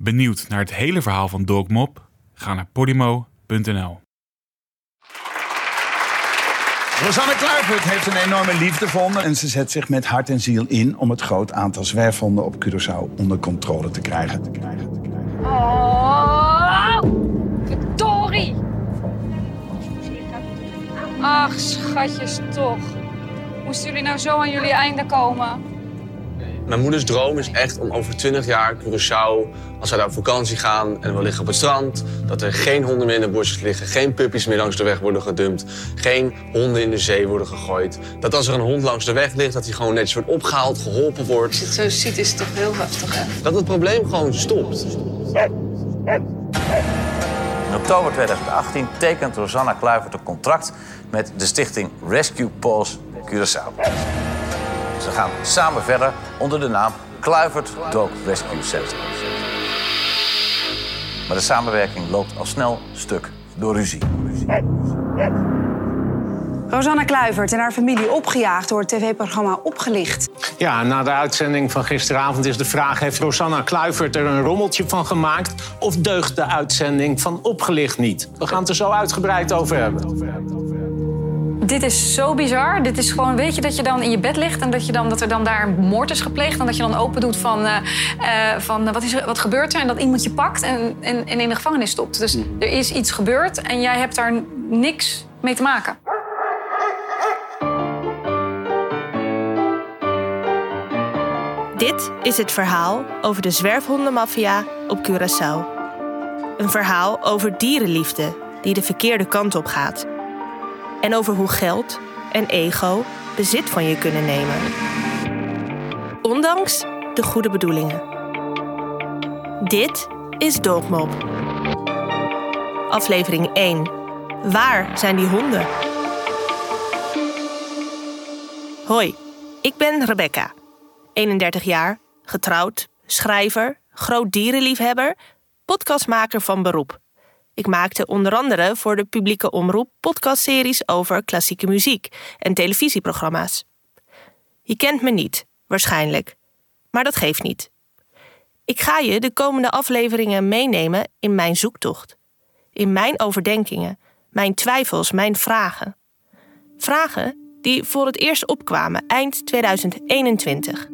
Benieuwd naar het hele verhaal van Dog Mob? Ga naar podimo.nl. Rosanne Kluivert heeft een enorme liefde gevonden en ze zet zich met hart en ziel in om het groot aantal zwerfhonden op Curaçao onder controle te krijgen. Oh, verdorie! Ach, schatjes toch. Moesten jullie nou zo aan jullie einde komen? Mijn moeders droom is echt om over 20 jaar Curaçao, als wij daar op vakantie gaan en we liggen op het strand, dat er geen honden meer in de bosjes liggen, geen puppies meer langs de weg worden gedumpt, geen honden in de zee worden gegooid. Dat als er een hond langs de weg ligt, dat hij gewoon netjes wordt opgehaald, geholpen wordt. Als je het zo ziet, is het toch heel heftig, hè? Dat het probleem gewoon stopt. In oktober 2018 tekent Rosanne Kluivert een contract met de stichting Rescue Paws Curaçao. Ze gaan samen verder onder de naam Kluivert Dog Rescue Center. Maar de samenwerking loopt al snel stuk door ruzie. Rosanne Kluivert en haar familie opgejaagd door het tv-programma Opgelicht. Ja, na de uitzending van gisteravond is de vraag: heeft Rosanne Kluivert er een rommeltje van gemaakt? Of deugt de uitzending van Opgelicht niet? We gaan het er zo uitgebreid over hebben. Dit is zo bizar. Dit is gewoon, weet je, dat je dan in je bed ligt en dat er dan daar een moord is gepleegd. En dat je dan open doet van wat gebeurt er? En dat iemand je pakt en in de gevangenis stopt. Dus er is iets gebeurd en jij hebt daar niks mee te maken. Dit is het verhaal over de zwerfhondenmafia op Curaçao. Een verhaal over dierenliefde die de verkeerde kant op gaat. En over hoe geld en ego bezit van je kunnen nemen. Ondanks de goede bedoelingen. Dit is Dog Mob. Aflevering 1. Waar zijn die honden? Hoi, ik ben Rebecca. 31 jaar, getrouwd, schrijver, groot dierenliefhebber, podcastmaker van beroep. Ik maakte onder andere voor de publieke omroep podcastseries over klassieke muziek en televisieprogramma's. Je kent me niet, waarschijnlijk. Maar dat geeft niet. Ik ga je de komende afleveringen meenemen in mijn zoektocht. In mijn overdenkingen, mijn twijfels, mijn vragen. Vragen die voor het eerst opkwamen eind 2021.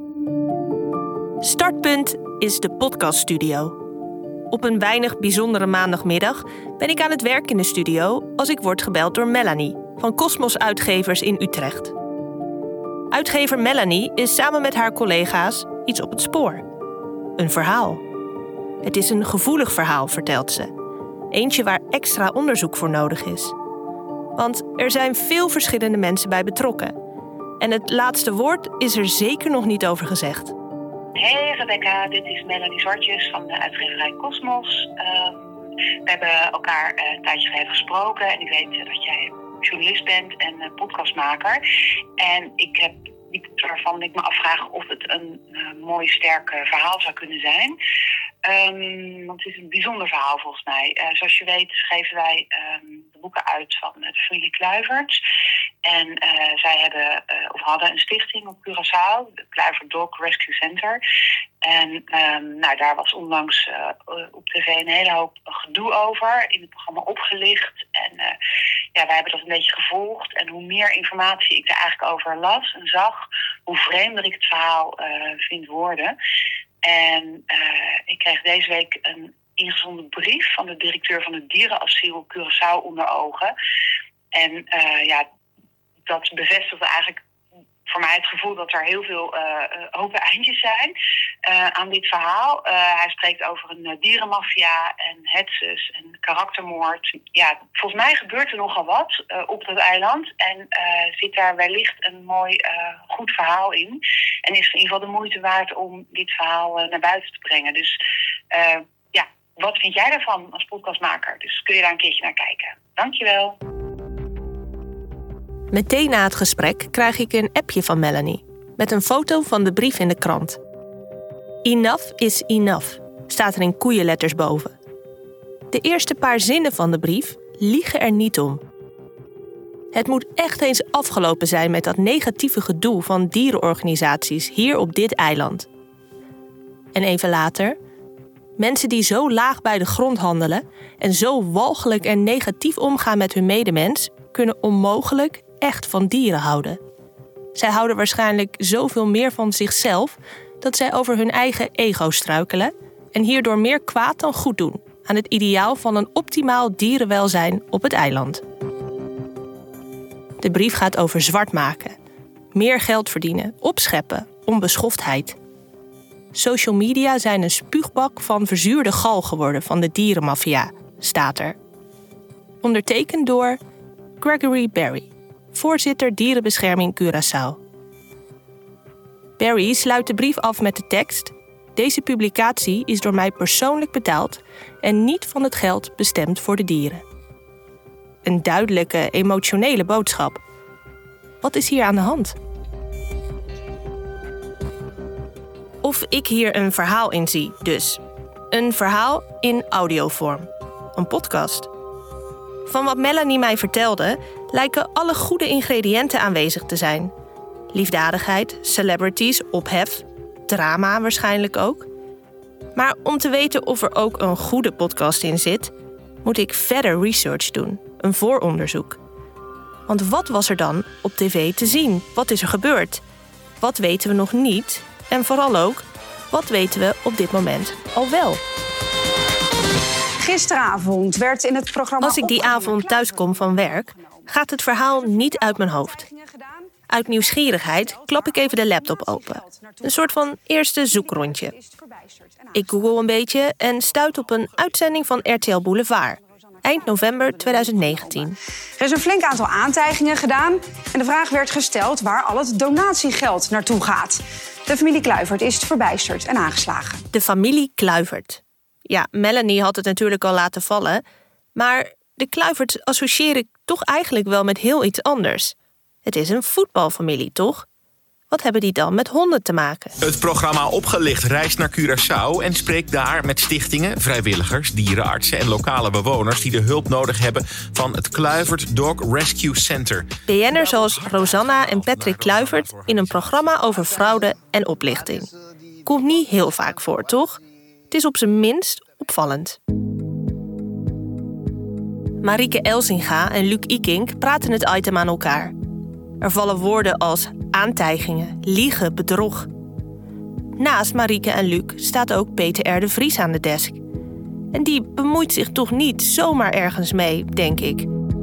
Startpunt is de podcaststudio. Op een weinig bijzondere maandagmiddag ben ik aan het werk in de studio als ik word gebeld door Melanie van Cosmos Uitgevers in Utrecht. Uitgever Melanie is samen met haar collega's iets op het spoor. Een verhaal. Het is een gevoelig verhaal, vertelt ze. Eentje waar extra onderzoek voor nodig is. Want er zijn veel verschillende mensen bij betrokken. En het laatste woord is er zeker nog niet over gezegd. Hey Rebecca, dit is Melanie Zwartjes van de uitgeverij Cosmos. We hebben elkaar een tijdje geleden gesproken en ik weet dat jij journalist bent en podcastmaker. En ik heb iets waarvan ik me afvraag of het een mooi sterk verhaal zou kunnen zijn. Want het is een bijzonder verhaal volgens mij. Zoals je weet geven wij de boeken uit van de familie Kluivert. En zij hadden een stichting op Curaçao, de Kluivert Dog Rescue Center. En daar was onlangs op tv een hele hoop gedoe over, in het programma Opgelicht. En wij hebben dat een beetje gevolgd. En hoe meer informatie ik er eigenlijk over las en zag, hoe vreemder ik het verhaal vind worden. En ik kreeg deze week een ingezonden brief van de directeur van het dierenasiel Curaçao onder ogen. En dat bevestigde eigenlijk voor mij het gevoel dat er heel veel open eindjes zijn aan dit verhaal. Hij spreekt over een dierenmafia en hetses en karaktermoord. Ja, volgens mij gebeurt er nogal wat op dat eiland. En zit daar wellicht een mooi, goed verhaal in. En is het in ieder geval de moeite waard om dit verhaal naar buiten te brengen. Dus wat vind jij daarvan als podcastmaker? Dus kun je daar een keertje naar kijken. Dankjewel. Meteen na het gesprek krijg ik een appje van Melanie met een foto van de brief in de krant. Enough is enough, staat er in koeienletters boven. De eerste paar zinnen van de brief liegen er niet om. Het moet echt eens afgelopen zijn met dat negatieve gedoe van dierenorganisaties hier op dit eiland. En even later, Mensen die zo laag bij de grond handelen en zo walgelijk en negatief omgaan met hun medemens, kunnen onmogelijk echt van dieren houden. Zij houden waarschijnlijk zoveel meer van zichzelf dat zij over hun eigen ego struikelen en hierdoor meer kwaad dan goed doen aan het ideaal van een optimaal dierenwelzijn op het eiland. De brief gaat over zwart maken, meer geld verdienen, opscheppen, onbeschoftheid. Social media zijn een spuugbak van verzuurde gal geworden van de dierenmafia, staat er. Ondertekend door Gregory Barry, voorzitter Dierenbescherming Curaçao. Barry sluit de brief af met de tekst: deze publicatie is door mij persoonlijk betaald en niet van het geld bestemd voor de dieren. Een duidelijke, emotionele boodschap. Wat is hier aan de hand? Of ik hier een verhaal in zie, dus. Een verhaal in audiovorm. Een podcast. Van wat Melanie mij vertelde, lijken alle goede ingrediënten aanwezig te zijn. Liefdadigheid, celebrities, ophef, drama waarschijnlijk ook. Maar om te weten of er ook een goede podcast in zit, moet ik verder research doen, een vooronderzoek. Want wat was er dan op tv te zien? Wat is er gebeurd? Wat weten we nog niet? En vooral ook, wat weten we op dit moment al wel? Gisteravond werd in het programma... Als ik die avond thuiskom van werk, gaat het verhaal niet uit mijn hoofd. Uit nieuwsgierigheid klap ik even de laptop open. Een soort van eerste zoekrondje. Ik google een beetje en stuit op een uitzending van RTL Boulevard. Eind november 2019. Er is een flink aantal aantijgingen gedaan en de vraag werd gesteld waar al het donatiegeld naartoe gaat. De familie Kluivert is verbijsterd en aangeslagen. De familie Kluivert. Ja, Melanie had het natuurlijk al laten vallen, maar de Kluiverts associeer ik toch eigenlijk wel met heel iets anders. Het is een voetbalfamilie, toch? Wat hebben die dan met honden te maken? Het programma Opgelicht reist naar Curaçao en spreekt daar met stichtingen, vrijwilligers, dierenartsen en lokale bewoners die de hulp nodig hebben van het Kluivert Dog Rescue Center. BN'ers zoals Rosanna en Patrick Kluivert in een programma over fraude en oplichting. Komt niet heel vaak voor, toch? Het is op zijn minst opvallend. Marieke Elsinga en Luc Ikink praten het item aan elkaar. Er vallen woorden als aantijgingen, liegen, bedrog. Naast Marieke en Luc staat ook Peter R. de Vries aan de desk. En die bemoeit zich toch niet zomaar ergens mee, denk ik.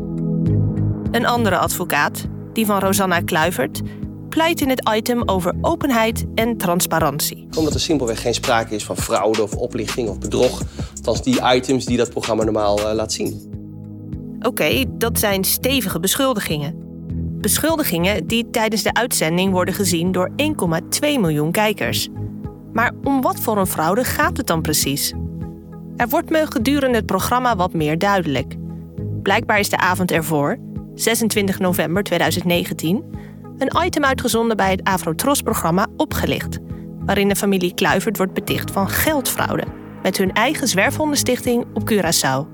Een andere advocaat, die van Rosanna Kluivert, pleit in het item over openheid en transparantie. Omdat er simpelweg geen sprake is van fraude of oplichting of bedrog. Althans die items die dat programma normaal laat zien. Oké, dat zijn stevige beschuldigingen. Beschuldigingen die tijdens de uitzending worden gezien door 1,2 miljoen kijkers. Maar om wat voor een fraude gaat het dan precies? Er wordt me gedurende het programma wat meer duidelijk. Blijkbaar is de avond ervoor, 26 november 2019... een item uitgezonden bij het Afro-Tros-programma Opgelicht, waarin de familie Kluivert wordt beticht van geldfraude met hun eigen zwerfhondenstichting op Curaçao.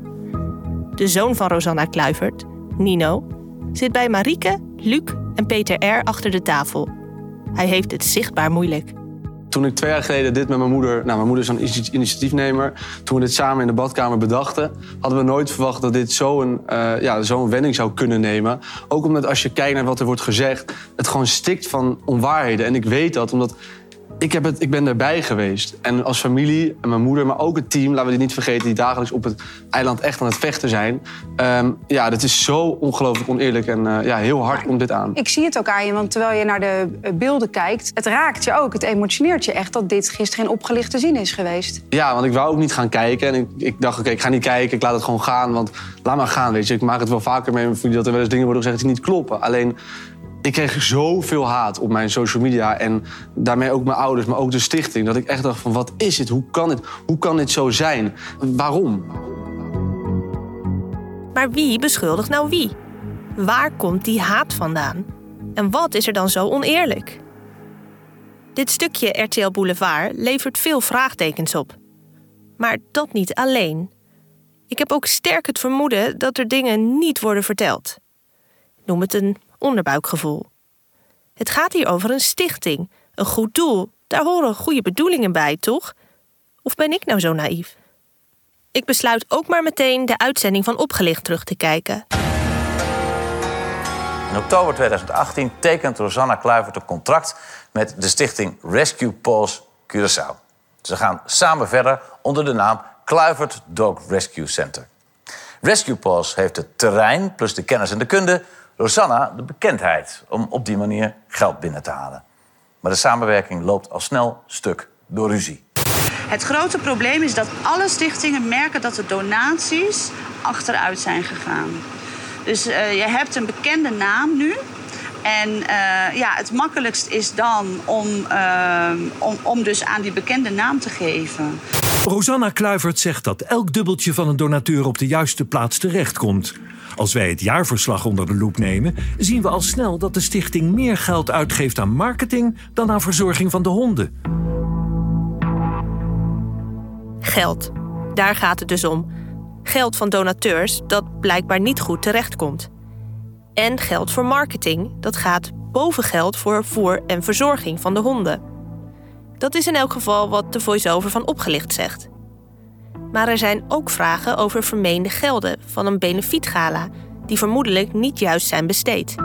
De zoon van Rosanna Kluivert, Nino, zit bij Marieke, Luc en Peter R. achter de tafel. Hij heeft het zichtbaar moeilijk. Toen ik 2 jaar geleden dit met mijn moeder... mijn moeder is een initiatiefnemer. Toen we dit samen in de badkamer bedachten... hadden we nooit verwacht dat dit zo'n wending zou kunnen nemen. Ook omdat als je kijkt naar wat er wordt gezegd... het gewoon stikt van onwaarheden. En ik weet dat omdat... Ik ben erbij geweest. En als familie, en mijn moeder, maar ook het team... laten we dit niet vergeten, die dagelijks op het eiland echt aan het vechten zijn. Dat is zo ongelooflijk oneerlijk en heel hard komt dit aan. Ik zie het ook aan je, want terwijl je naar de beelden kijkt... het raakt je ook, het emotioneert je echt... dat dit gisteren in Opgelicht te zien is geweest. Ja, want ik wou ook niet gaan kijken. En ik dacht, oké, ik ga niet kijken, ik laat het gewoon gaan. Want laat maar gaan, weet je. Ik maak het wel vaker mee met familie... dat er wel eens dingen worden gezegd die niet kloppen. Alleen... ik kreeg zoveel haat op mijn social media en daarmee ook mijn ouders, maar ook de stichting. Dat ik echt dacht van, wat is het? Hoe kan dit zo zijn? Waarom? Maar wie beschuldigt nou wie? Waar komt die haat vandaan? En wat is er dan zo oneerlijk? Dit stukje RTL Boulevard levert veel vraagtekens op. Maar dat niet alleen. Ik heb ook sterk het vermoeden dat er dingen niet worden verteld. Noem het een onderbuikgevoel. Het gaat hier over een stichting, een goed doel. Daar horen goede bedoelingen bij, toch? Of ben ik nou zo naïef? Ik besluit ook maar meteen de uitzending van Opgelicht terug te kijken. In oktober 2018 tekent Rosanna Kluivert een contract met de stichting Rescue Paws Curaçao. Ze gaan samen verder onder de naam Kluivert Dog Rescue Center. Rescue Paws heeft het terrein plus de kennis en de kunde. Rosanna de bekendheid om op die manier geld binnen te halen. Maar de samenwerking loopt al snel stuk door ruzie. Het grote probleem is dat alle stichtingen merken dat de donaties achteruit zijn gegaan. Dus je hebt een bekende naam nu. En het makkelijkst is dan om dus aan die bekende naam te geven. Rosanna Kluivert zegt dat elk dubbeltje van een donateur op de juiste plaats terechtkomt. Als wij het jaarverslag onder de loep nemen, zien we al snel dat de stichting meer geld uitgeeft aan marketing dan aan verzorging van de honden. Geld. Daar gaat het dus om. Geld van donateurs dat blijkbaar niet goed terechtkomt. En geld voor marketing, dat gaat boven geld voor voer en verzorging van de honden. Dat is in elk geval wat de voice-over van Opgelicht zegt. Maar er zijn ook vragen over vermeende gelden van een benefietgala die vermoedelijk niet juist zijn besteed.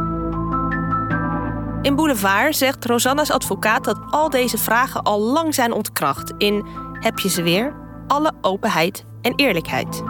In Boulevard zegt Rosanna's advocaat dat al deze vragen al lang zijn ontkracht in Heb je ze weer? Alle openheid en eerlijkheid.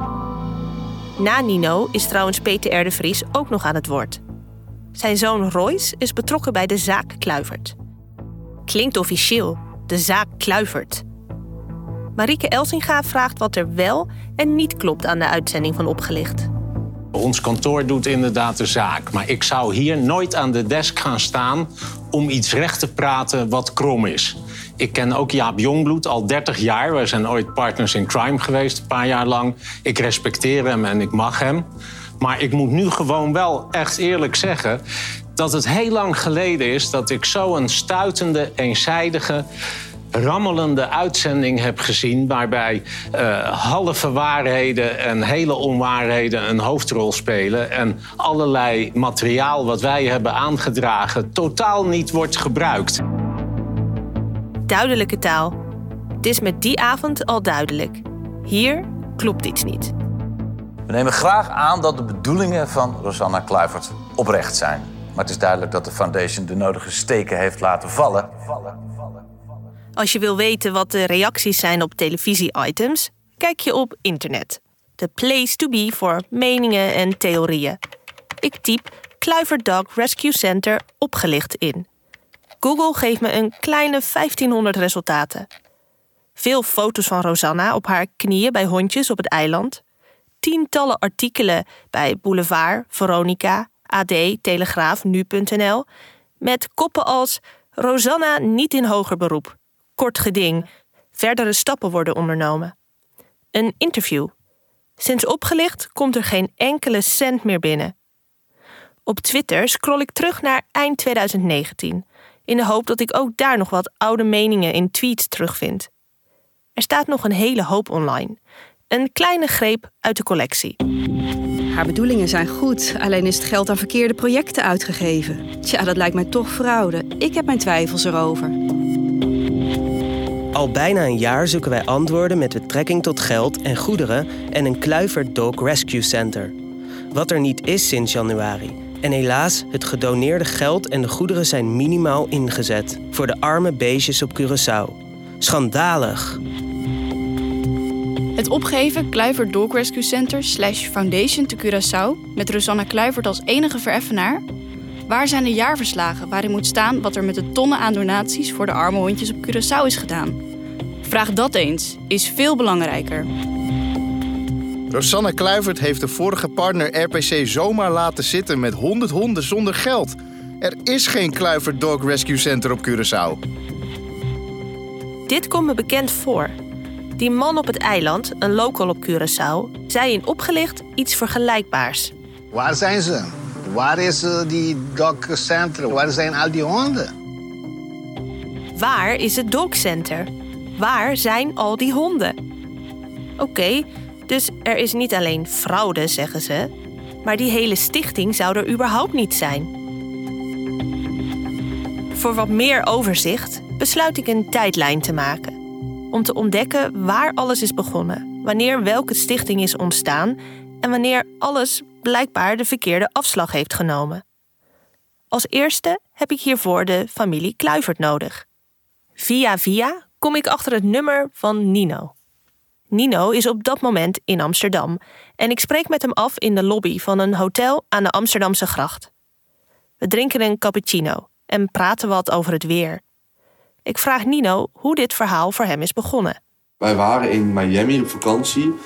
Na Nino is trouwens Peter R. de Vries ook nog aan het woord. Zijn zoon Royce is betrokken bij de zaak Kluivert. Klinkt officieel, de zaak Kluivert. Marieke Elsinga vraagt wat er wel en niet klopt aan de uitzending van Opgelicht. Ons kantoor doet inderdaad de zaak. Maar ik zou hier nooit aan de desk gaan staan om iets recht te praten wat krom is. Ik ken ook Jaap Jongbloed al 30 jaar. We zijn ooit partners in crime geweest, een paar jaar lang. Ik respecteer hem en ik mag hem. Maar ik moet nu gewoon wel echt eerlijk zeggen dat het heel lang geleden is dat ik zo'n stuitende, eenzijdige, rammelende uitzending heb gezien waarbij halve waarheden en hele onwaarheden een hoofdrol spelen en allerlei materiaal wat wij hebben aangedragen totaal niet wordt gebruikt. Duidelijke taal. Het is met die avond al duidelijk. Hier klopt iets niet. We nemen graag aan dat de bedoelingen van Rosanna Kluivert oprecht zijn. Maar het is duidelijk dat de foundation de nodige steken heeft laten vallen. Als je wil weten wat de reacties zijn op televisie-items, kijk je op internet. The place to be voor meningen en theorieën. Ik typ Kluivert Dog Rescue Center Opgelicht in. Google geeft me een kleine 1500 resultaten. Veel foto's van Rosanna op haar knieën bij hondjes op het eiland. Tientallen artikelen bij Boulevard, Veronica, AD, Telegraaf, Nu.nl... met koppen als Rosanna niet in hoger beroep. Kort geding. Verdere stappen worden ondernomen. Een interview. Sinds Opgelicht komt er geen enkele cent meer binnen. Op Twitter scroll ik terug naar eind 2019... in de hoop dat ik ook daar nog wat oude meningen in tweets terugvind. Er staat nog een hele hoop online. Een kleine greep uit de collectie. Haar bedoelingen zijn goed, alleen is het geld aan verkeerde projecten uitgegeven. Tja, dat lijkt mij toch fraude. Ik heb mijn twijfels erover. Al bijna een jaar zoeken wij antwoorden met betrekking tot geld en goederen en een Kluivert Dog Rescue Center. Wat er niet is sinds januari. En helaas, het gedoneerde geld en de goederen zijn minimaal ingezet voor de arme beestjes op Curaçao. Schandalig! Het opgeven Kluivert Dog Rescue Center /Foundation te Curaçao met Rosanna Kluivert als enige vereffenaar. Waar zijn de jaarverslagen waarin moet staan wat er met de tonnen aan donaties voor de arme hondjes op Curaçao is gedaan? Vraag dat eens, is veel belangrijker. Rosanna Kluivert heeft de vorige partner RPC zomaar laten zitten met 100 honden zonder geld. Er is geen Kluivert Dog Rescue Center op Curaçao. Dit komt me bekend voor. Die man op het eiland, een local op Curaçao, zei in Opgelicht iets vergelijkbaars. Waar zijn ze? Waar is die dogcenter? Waar zijn al die honden? Waar is het dogcenter? Waar zijn al die honden? Oké, dus er is niet alleen fraude, zeggen ze, maar die hele stichting zou er überhaupt niet zijn. Voor wat meer overzicht besluit ik een tijdlijn te maken. om te ontdekken waar alles is begonnen, wanneer welke stichting is ontstaan en wanneer alles blijkbaar de verkeerde afslag heeft genomen. Als eerste heb ik hiervoor de familie Kluivert nodig. Via kom ik achter het nummer van Nino. Nino is op dat moment in Amsterdam en ik spreek met hem af in de lobby van een hotel aan de Amsterdamse gracht. We drinken een cappuccino en praten wat over het weer. Ik vraag Nino hoe dit verhaal voor hem is begonnen. Wij waren in Miami op vakantie,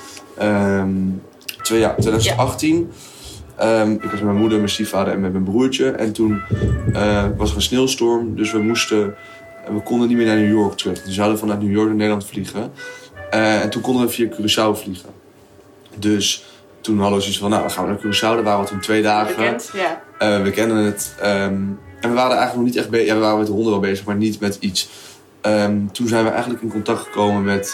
2018. Ik was met mijn moeder, mijn stiefvader en met mijn broertje. En toen was er een sneeuwstorm, dus we konden niet meer naar New York terug. Dus we zouden vanuit New York naar Nederland vliegen. En toen konden we via Curaçao vliegen. Dus toen hadden we zoiets van, dan gaan we naar Curaçao. Daar waren we toen 2 dagen. Bekend, ja. We kenden het. En we waren eigenlijk nog niet echt bezig. Ja, we waren met de honden wel bezig, maar niet met iets. Toen zijn we eigenlijk in contact gekomen met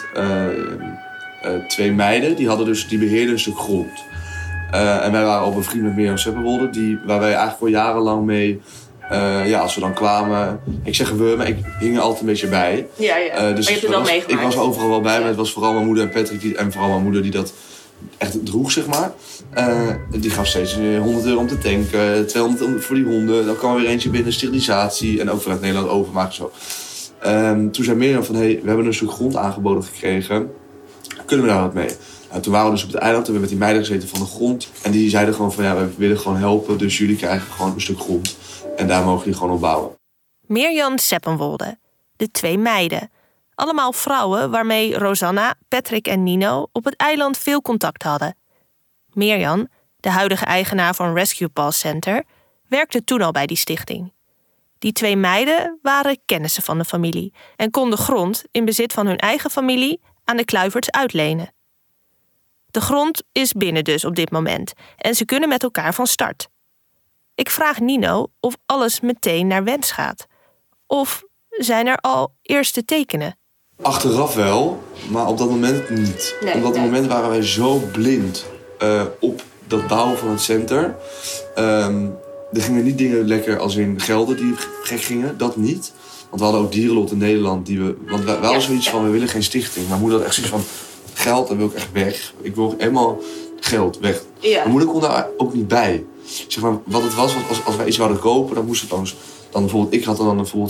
2 meiden. Die beheerden een stuk grond. En wij waren al bevriend met Mirjam Seppenwolde, waar wij eigenlijk al jarenlang mee... als we dan kwamen... Ik zeg we, maar ik hing er altijd een beetje bij. Ja. Dus maar je hebt het wel meegemaakt. Ik was overal wel bij, maar het was vooral mijn moeder en Patrick... en vooral mijn moeder die dat echt droeg, zeg maar. Die gaf steeds €100 om te tanken, 200 voor die honden. Dan kwam er weer eentje binnen, sterilisatie. En ook vanuit Nederland overmaken zo. Toen zei Mirjam van, we hebben een stuk grond aangeboden gekregen. Kunnen we daar wat mee? Toen waren we dus op het eiland, hebben we met die meiden gezeten van de grond. En die zeiden gewoon van, we willen gewoon helpen. Dus jullie krijgen gewoon een stuk grond. En daar mogen jullie gewoon op bouwen. Mirjam Seppenwolde, de 2 meiden. Allemaal vrouwen waarmee Rosanna, Patrick en Nino op het eiland veel contact hadden. Mirjam, de huidige eigenaar van Rescue Paws Center, werkte toen al bij die stichting. Die 2 meiden waren kennissen van de familie en konden grond in bezit van hun eigen familie aan de Kluiverts uitlenen. De grond is binnen dus op dit moment en ze kunnen met elkaar van start. Ik vraag Nino of alles meteen naar wens gaat. Of zijn er al eerste tekenen? Achteraf wel, maar op dat moment niet. Op dat moment waren wij zo blind op dat bouwen van het center. Er gingen niet dingen lekker als in gelden die gek gingen, dat niet. Want we hadden ook Dierenlot in Nederland. Want wij hadden zoiets van, we willen geen stichting. Mijn moeder had echt zoiets van, geld, dat wil ik echt weg. Ik wil helemaal geld weg. Ja. Mijn moeder kon daar ook niet bij. Zeg maar, wat het was, als wij iets zouden kopen, dan moest het dan bijvoorbeeld, ik had dan bijvoorbeeld,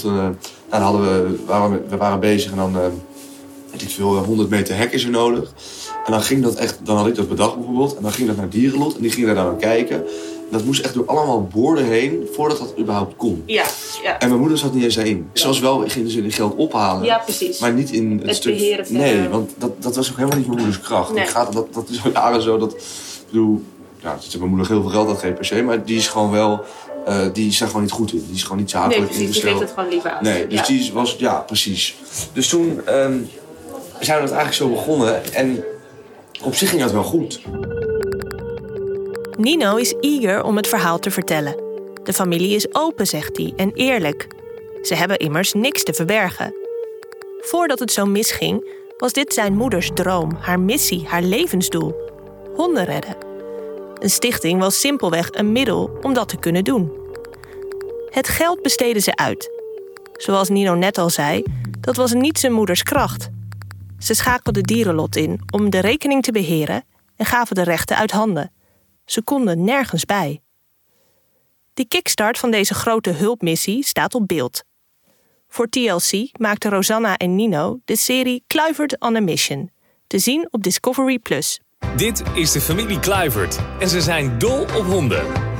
we waren bezig en dan, weet ik veel, 100 meter hek is er nodig. En dan ging dat echt, dan had ik dat bedacht bijvoorbeeld, en dan ging dat naar Dierenlot en die gingen daar naar kijken. En dat moest echt door allemaal borden heen, voordat dat überhaupt kon. Ja. En mijn moeder zat niet eens daarin. Ze was wel, ging dus in geld ophalen. Ja, precies. Maar niet in het stuk beheren. Nee, want dat was ook helemaal niet mijn moeders kracht. Nee. Dat is ook jaren zo dat, ik bedoel, mijn moeder heel veel geld had, geen per se, maar die is gewoon wel, die is daar gewoon niet goed in. Die is gewoon niet zakelijk ingesteld. Nee, precies, die geeft het gewoon liever aan. Nee, dus die was, precies. Dus toen zijn we dat eigenlijk zo begonnen en op zich ging dat wel goed. Nino is eager om het verhaal te vertellen. De familie is open, zegt hij, en eerlijk. Ze hebben immers niks te verbergen. Voordat het zo misging, was dit zijn moeders droom, haar missie, haar levensdoel. Honden redden. Een stichting was simpelweg een middel om dat te kunnen doen. Het geld besteden ze uit. Zoals Nino net al zei, dat was niet zijn moeders kracht. Ze schakelden Dierenlot in om de rekening te beheren en gaven de rechten uit handen. Ze konden nergens bij. De kickstart van deze grote hulpmissie staat op beeld. Voor TLC maakten Rosanna en Nino de serie Kluivert on a Mission, te zien op Discovery+. Dit is de familie Kluivert en ze zijn dol op honden.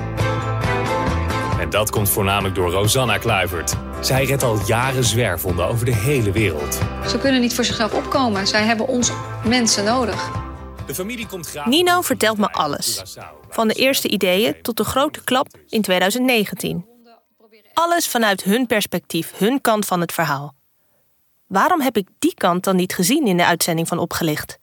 En dat komt voornamelijk door Rosanna Kluivert. Zij redt al jaren zwerfhonden over de hele wereld. Ze kunnen niet voor zichzelf opkomen. Zij hebben ons mensen nodig. De familie komt graag... Nino vertelt me alles. Van de eerste ideeën tot de grote klap in 2019. Alles vanuit hun perspectief, hun kant van het verhaal. Waarom heb ik die kant dan niet gezien in de uitzending van Opgelicht?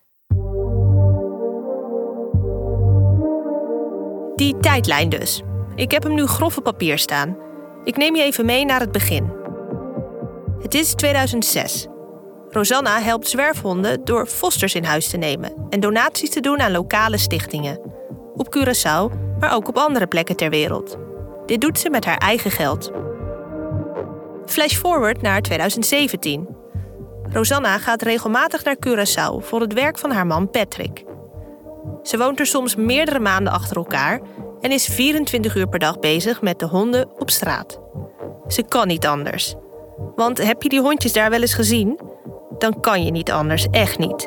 Die tijdlijn dus. Ik heb hem nu grof op papier staan. Ik neem je even mee naar het begin. Het is 2006. Rosanna helpt zwerfhonden door fosters in huis te nemen en donaties te doen aan lokale stichtingen. Op Curaçao, maar ook op andere plekken ter wereld. Dit doet ze met haar eigen geld. Flash forward naar 2017. Rosanna gaat regelmatig naar Curaçao voor het werk van haar man Patrick. Ze woont er soms meerdere maanden achter elkaar en is 24 uur per dag bezig met de honden op straat. Ze kan niet anders. Want heb je die hondjes daar wel eens gezien? Dan kan je niet anders, echt niet.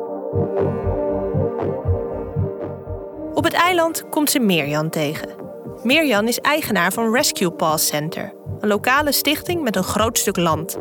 Op het eiland komt ze Mirjan tegen. Mirjan is eigenaar van Rescue Paws Center, een lokale stichting met een groot stuk land.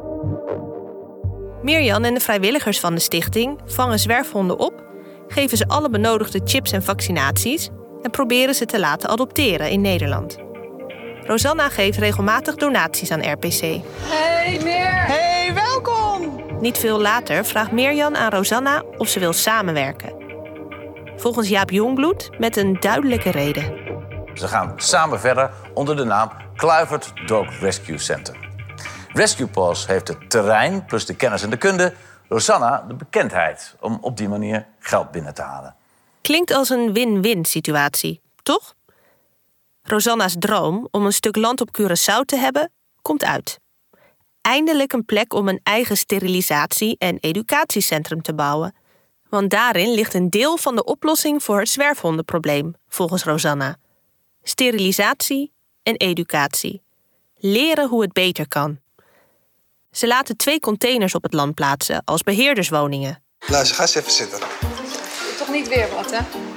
Mirjan en de vrijwilligers van de stichting vangen zwerfhonden op, geven ze alle benodigde chips en vaccinaties en proberen ze te laten adopteren in Nederland. Rosanna geeft regelmatig donaties aan RPC. Hey Mir! Hey, welkom! Niet veel later vraagt Mirjan aan Rosanna of ze wil samenwerken. Volgens Jaap Jongbloed met een duidelijke reden. Ze gaan samen verder onder de naam Kluivert Dog Rescue Center. Rescue Paws heeft het terrein plus de kennis en de kunde. Rosanna de bekendheid om op die manier geld binnen te halen. Klinkt als een win-win situatie, toch? Rosanna's droom om een stuk land op Curaçao te hebben, komt uit. Eindelijk een plek om een eigen sterilisatie- en educatiecentrum te bouwen. Want daarin ligt een deel van de oplossing voor het zwerfhondenprobleem, volgens Rosanna. Sterilisatie en educatie. Leren hoe het beter kan. Ze laten 2 containers op het land plaatsen als beheerderswoningen. Luister, ga eens even zitten. Toch niet weer wat, hè?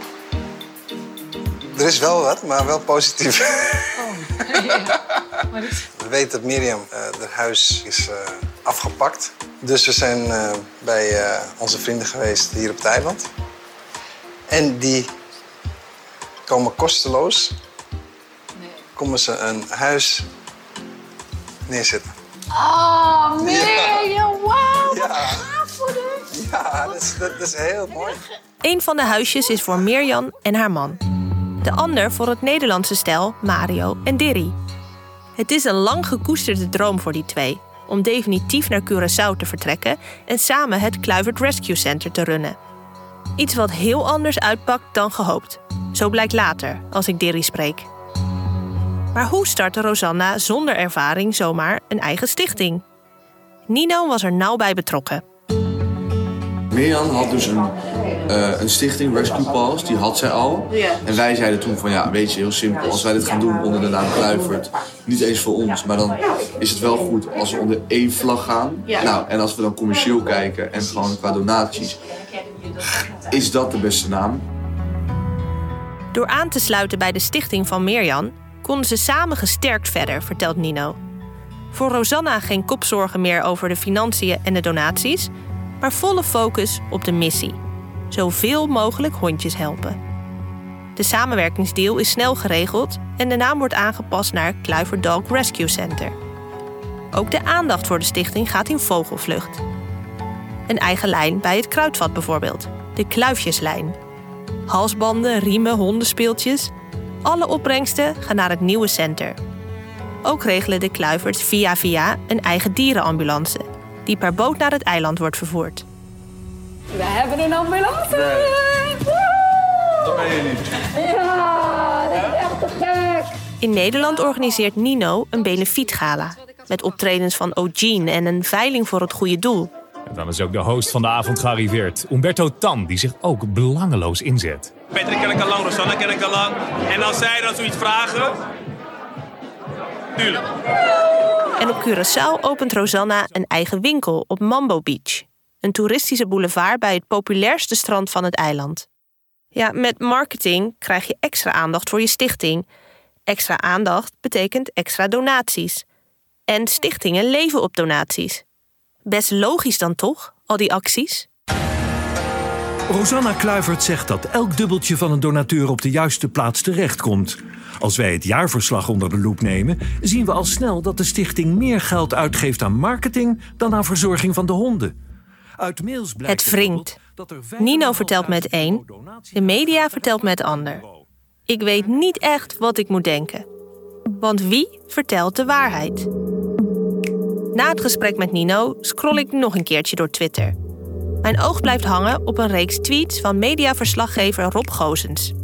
Er is wel wat, maar wel positief. Oh, ja. We weten dat Mirjam, haar huis is afgepakt. Dus we zijn bij onze vrienden geweest hier op het eiland. En die komen kosteloos. Komen ze een huis neerzetten. Oh, Mirjam, wauw! Ja, ja, dat is heel mooi. Eén van de huisjes is voor Mirjan en haar man. De ander voor het Nederlandse stel Mario en Dirry. Het is een lang gekoesterde droom voor die 2... om definitief naar Curaçao te vertrekken en samen het Kluivert Rescue Center te runnen. Iets wat heel anders uitpakt dan gehoopt. Zo blijkt later, als ik Dirry spreek. Maar hoe startte Rosanna zonder ervaring zomaar een eigen stichting? Nino was er nauw bij betrokken. Mirjan had dus een stichting, Rescue Paws, die had zij al. Ja. En wij zeiden toen van ja, weet je, heel simpel. Als wij dit gaan doen onder de naam Kluivert, niet eens voor ons, maar dan is het wel goed als we onder 1 vlag gaan. Ja. Nou, en als we dan commercieel kijken en gewoon qua donaties, is dat de beste naam. Door aan te sluiten bij de stichting van Mirjan konden ze samen gesterkt verder, vertelt Nino. Voor Rosanna geen kopzorgen meer over de financiën en de donaties, maar volle focus op de missie. Zoveel mogelijk hondjes helpen. De samenwerkingsdeal is snel geregeld en de naam wordt aangepast naar Kluivert Dog Rescue Center. Ook de aandacht voor de stichting gaat in vogelvlucht. Een eigen lijn bij het kruidvat bijvoorbeeld, de Kluifjeslijn. Halsbanden, riemen, hondenspeeltjes. Alle opbrengsten gaan naar het nieuwe center. Ook regelen de Kluiverts via een eigen dierenambulance, die per boot naar het eiland wordt vervoerd. We hebben een ambulance! Nee. Dat ben je niet. Ja, dat is echt te gek! In Nederland organiseert Nino een benefietgala. Met optredens van O'Gene en een veiling voor het goede doel. En dan is ook de host van de avond gearriveerd. Umberto Tan, die zich ook belangeloos inzet. Patrick ken ik al lang, Rosanna ken ik al lang. En als zij dan zoiets vragen... Tuurlijk. En op Curaçao opent Rosanna een eigen winkel op Mambo Beach. Een toeristische boulevard bij het populairste strand van het eiland. Ja, met marketing krijg je extra aandacht voor je stichting. Extra aandacht betekent extra donaties. En stichtingen leven op donaties. Best logisch dan toch, al die acties? Rosanna Kluivert zegt dat elk dubbeltje van een donateur op de juiste plaats terechtkomt. Als wij het jaarverslag onder de loep nemen, zien we al snel dat de stichting meer geld uitgeeft aan marketing dan aan verzorging van de honden. Uit mails blijkt het wringt. Nino vertelt met één, de media vertelt met ander. Ik weet niet echt wat ik moet denken. Want wie vertelt de waarheid? Na het gesprek met Nino scroll ik nog een keertje door Twitter. Mijn oog blijft hangen op een reeks tweets van mediaverslaggever Rob Gozens.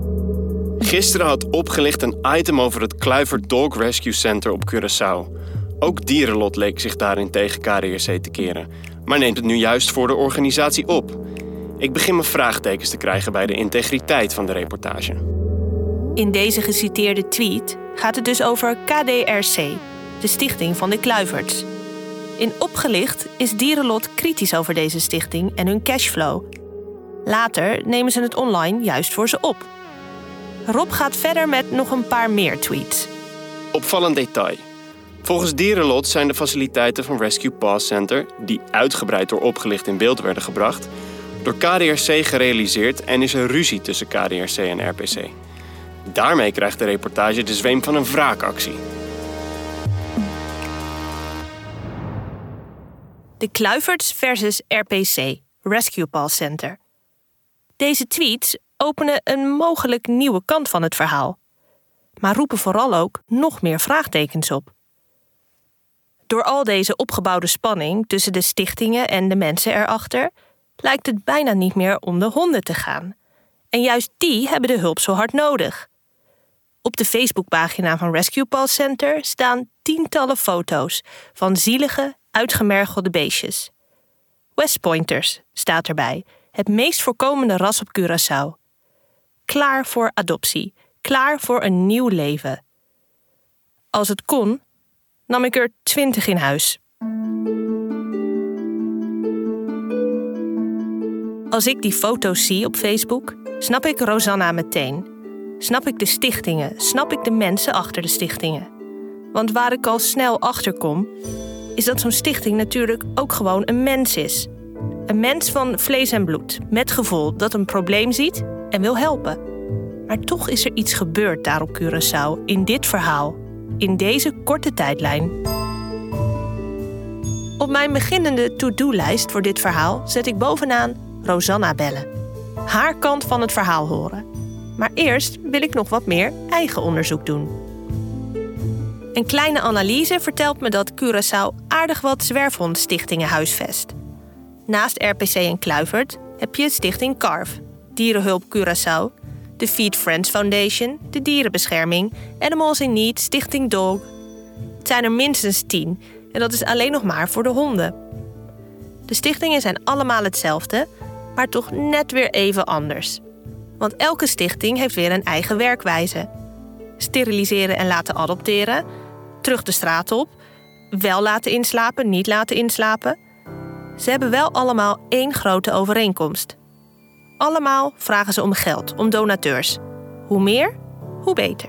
Gisteren had opgelicht een item over het Kluivert Dog Rescue Center op Curaçao. Ook Dierenlot leek zich daarin tegen KDRC te keren, maar neemt het nu juist voor de organisatie op. Ik begin me vraagtekens te krijgen bij de integriteit van de reportage. In deze geciteerde tweet gaat het dus over KDRC, de stichting van de Kluiverts. In Opgelicht is Dierenlot kritisch over deze stichting en hun cashflow. Later nemen ze het online juist voor ze op. Rob gaat verder met nog een paar meer tweets. Opvallend detail. Volgens Dierenlot zijn de faciliteiten van Rescue Paws Center, die uitgebreid door Opgelicht in beeld werden gebracht, door KDRC gerealiseerd en is er ruzie tussen KDRC en RPC. Daarmee krijgt de reportage de zweem van een wraakactie. De Kluiverts versus RPC, Rescue Paws Center. Deze tweets openen een mogelijk nieuwe kant van het verhaal, maar roepen vooral ook nog meer vraagtekens op. Door al deze opgebouwde spanning tussen de stichtingen en de mensen erachter lijkt het bijna niet meer om de honden te gaan. En juist die hebben de hulp zo hard nodig. Op de Facebookpagina van Rescue Paws Center staan tientallen foto's van zielige, uitgemergelde beestjes. West Pointers staat erbij, het meest voorkomende ras op Curaçao. Klaar voor adoptie, klaar voor een nieuw leven. Als het kon, nam ik er 20 in huis. Als ik die foto's zie op Facebook, snap ik Rosanna meteen. Snap ik de stichtingen, snap ik de mensen achter de stichtingen. Want waar ik al snel achter kom, is dat zo'n stichting natuurlijk ook gewoon een mens is. Een mens van vlees en bloed, met gevoel dat een probleem ziet en wil helpen. Maar toch is er iets gebeurd daar op Curaçao, in dit verhaal, in deze korte tijdlijn. Op mijn beginnende to-do-lijst voor dit verhaal zet ik bovenaan Rosanna bellen. Haar kant van het verhaal horen. Maar eerst wil ik nog wat meer eigen onderzoek doen. Een kleine analyse vertelt me dat Curaçao aardig wat zwerfhondstichtingen huisvest. Naast RPC en Kluivert heb je stichting CARF, Dierenhulp Curaçao, de Feed Friends Foundation, de Dierenbescherming, Animals in Need, Stichting Dog. Het zijn er minstens 10 en dat is alleen nog maar voor de honden. De stichtingen zijn allemaal hetzelfde, maar toch net weer even anders. Want elke stichting heeft weer een eigen werkwijze. Steriliseren en laten adopteren, terug de straat op, wel laten inslapen, niet laten inslapen. Ze hebben wel allemaal één grote overeenkomst. Allemaal vragen ze om geld, om donateurs. Hoe meer, hoe beter.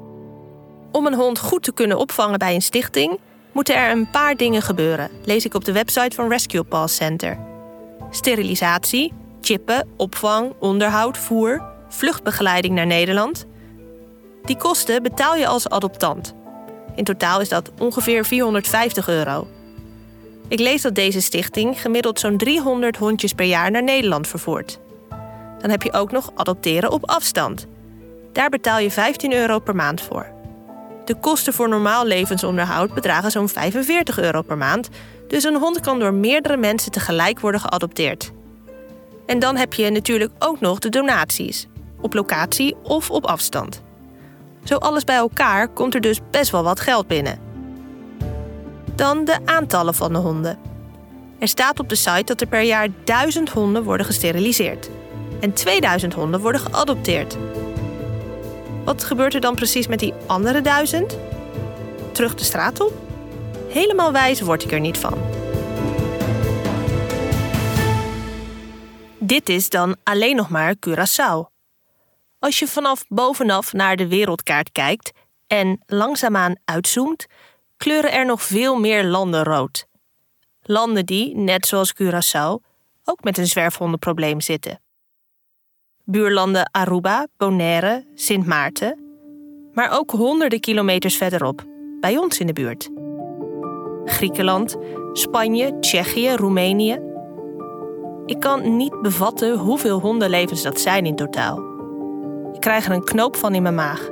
Om een hond goed te kunnen opvangen bij een stichting moeten er een paar dingen gebeuren, lees ik op de website van Rescue Paws Center. Sterilisatie, chippen, opvang, onderhoud, voer, vluchtbegeleiding naar Nederland. Die kosten betaal je als adoptant. In totaal is dat ongeveer €450. Ik lees dat deze stichting gemiddeld zo'n 300 hondjes per jaar naar Nederland vervoert. Dan heb je ook nog adopteren op afstand. Daar betaal je €15 per maand voor. De kosten voor normaal levensonderhoud bedragen zo'n €45 per maand, dus een hond kan door meerdere mensen tegelijk worden geadopteerd. En dan heb je natuurlijk ook nog de donaties, op locatie of op afstand. Zo alles bij elkaar komt er dus best wel wat geld binnen. Dan de aantallen van de honden. Er staat op de site dat er per jaar 1000 honden worden gesteriliseerd. En 2000 honden worden geadopteerd. Wat gebeurt er dan precies met die andere 1000? Terug de straat op? Helemaal wijs word ik er niet van. Dit is dan alleen nog maar Curaçao. Als je vanaf bovenaf naar de wereldkaart kijkt en langzaamaan uitzoomt, kleuren er nog veel meer landen rood. Landen die, net zoals Curaçao, ook met een zwerfhondenprobleem zitten. Buurlanden Aruba, Bonaire, Sint Maarten, maar ook honderden kilometers verderop, bij ons in de buurt. Griekenland, Spanje, Tsjechië, Roemenië. Ik kan niet bevatten hoeveel hondenlevens dat zijn in totaal. Ik krijg er een knoop van in mijn maag.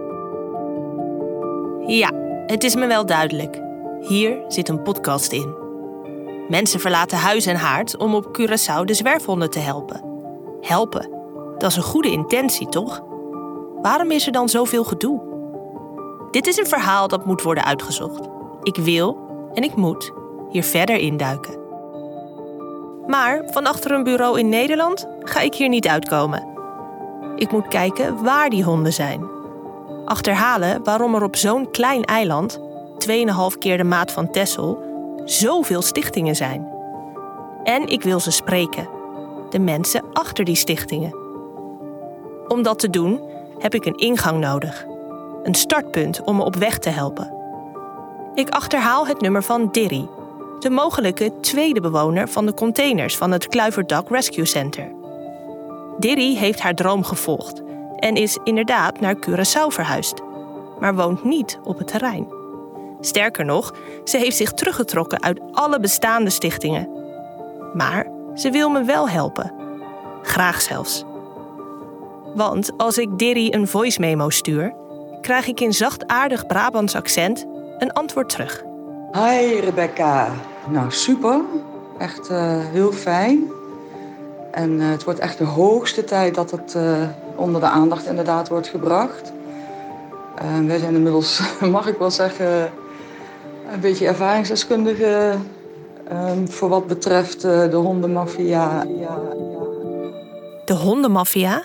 Ja, het is me wel duidelijk. Hier zit een podcast in. Mensen verlaten huis en haard om op Curaçao de zwerfhonden te helpen. Helpen, dat is een goede intentie, toch? Waarom is er dan zoveel gedoe? Dit is een verhaal dat moet worden uitgezocht. Ik wil En ik moet hier verder induiken. Maar van achter een bureau in Nederland ga ik hier niet uitkomen. Ik moet kijken waar die honden zijn. Achterhalen waarom er op zo'n klein eiland, 2,5 keer de maat van Texel, zoveel stichtingen zijn. En ik wil ze spreken. De mensen achter die stichtingen. Om dat te doen heb ik een ingang nodig. Een startpunt om me op weg te helpen. Ik achterhaal het nummer van Dirry, de mogelijke tweede bewoner van de containers van het Kluivert Dog Rescue Center. Dirry heeft haar droom gevolgd en is inderdaad naar Curaçao verhuisd, maar woont niet op het terrein. Sterker nog, ze heeft zich teruggetrokken uit alle bestaande stichtingen. Maar ze wil me wel helpen. Graag zelfs. Want als ik Dirry een voice memo stuur, krijg ik in zachtaardig Brabants accent een antwoord terug. Hi Rebecca. Nou, super. Echt heel fijn. En het wordt echt de hoogste tijd dat het onder de aandacht inderdaad wordt gebracht. Wij zijn inmiddels, mag ik wel zeggen, een beetje ervaringsdeskundige voor wat betreft de hondenmafia. De hondenmafia?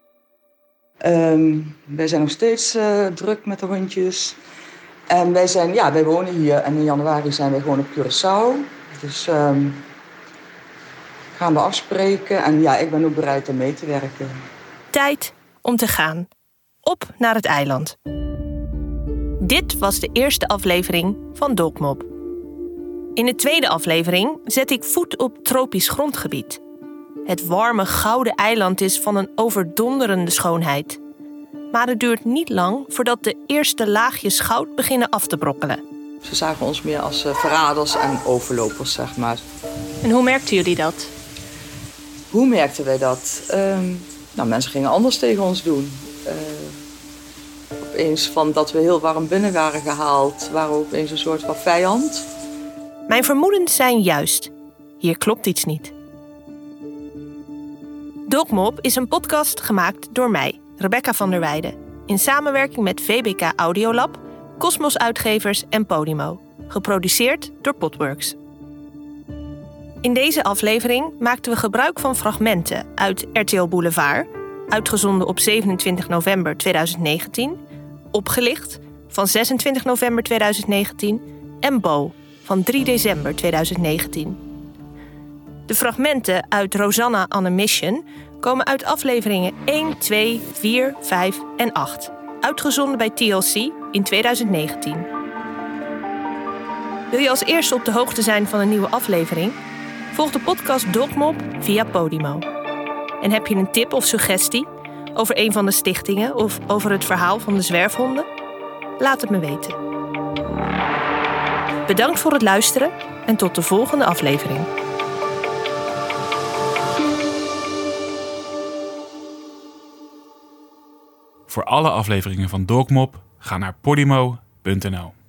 Wij zijn nog steeds druk met de hondjes. En wij wonen hier en in januari zijn wij gewoon op Curaçao. Dus gaan we afspreken en ja, ik ben ook bereid om mee te werken. Tijd om te gaan. Op naar het eiland. Dit was de eerste aflevering van Dogmob. In de tweede aflevering zet ik voet op tropisch grondgebied. Het warme gouden eiland is van een overdonderende schoonheid. Maar het duurt niet lang voordat de eerste laagjes goud beginnen af te brokkelen. Ze zagen ons meer als verraders en overlopers, zeg maar. En hoe merkten jullie dat? Hoe merkten wij dat? Mensen gingen anders tegen ons doen. Opeens van dat we heel warm binnen waren gehaald, waren we opeens een soort van vijand. Mijn vermoedens zijn juist. Hier klopt iets niet. Dogmob is een podcast gemaakt door mij, Rebecca van der Weijden, in samenwerking met VBK Audiolab, Cosmos Uitgevers en Podimo. Geproduceerd door Podworks. In deze aflevering maakten we gebruik van fragmenten uit RTL Boulevard, uitgezonden op 27 november 2019, Opgelicht van 26 november 2019 en Bo van 3 december 2019. De fragmenten uit Rosanna on a Mission komen uit afleveringen 1, 2, 4, 5 en 8, uitgezonden bij TLC in 2019. Wil je als eerste op de hoogte zijn van een nieuwe aflevering? Volg de podcast Dogmob via Podimo. En heb je een tip of suggestie over een van de stichtingen of over het verhaal van de zwerfhonden? Laat het me weten. Bedankt voor het luisteren en tot de volgende aflevering. Voor alle afleveringen van Dogmob ga naar podimo.nl.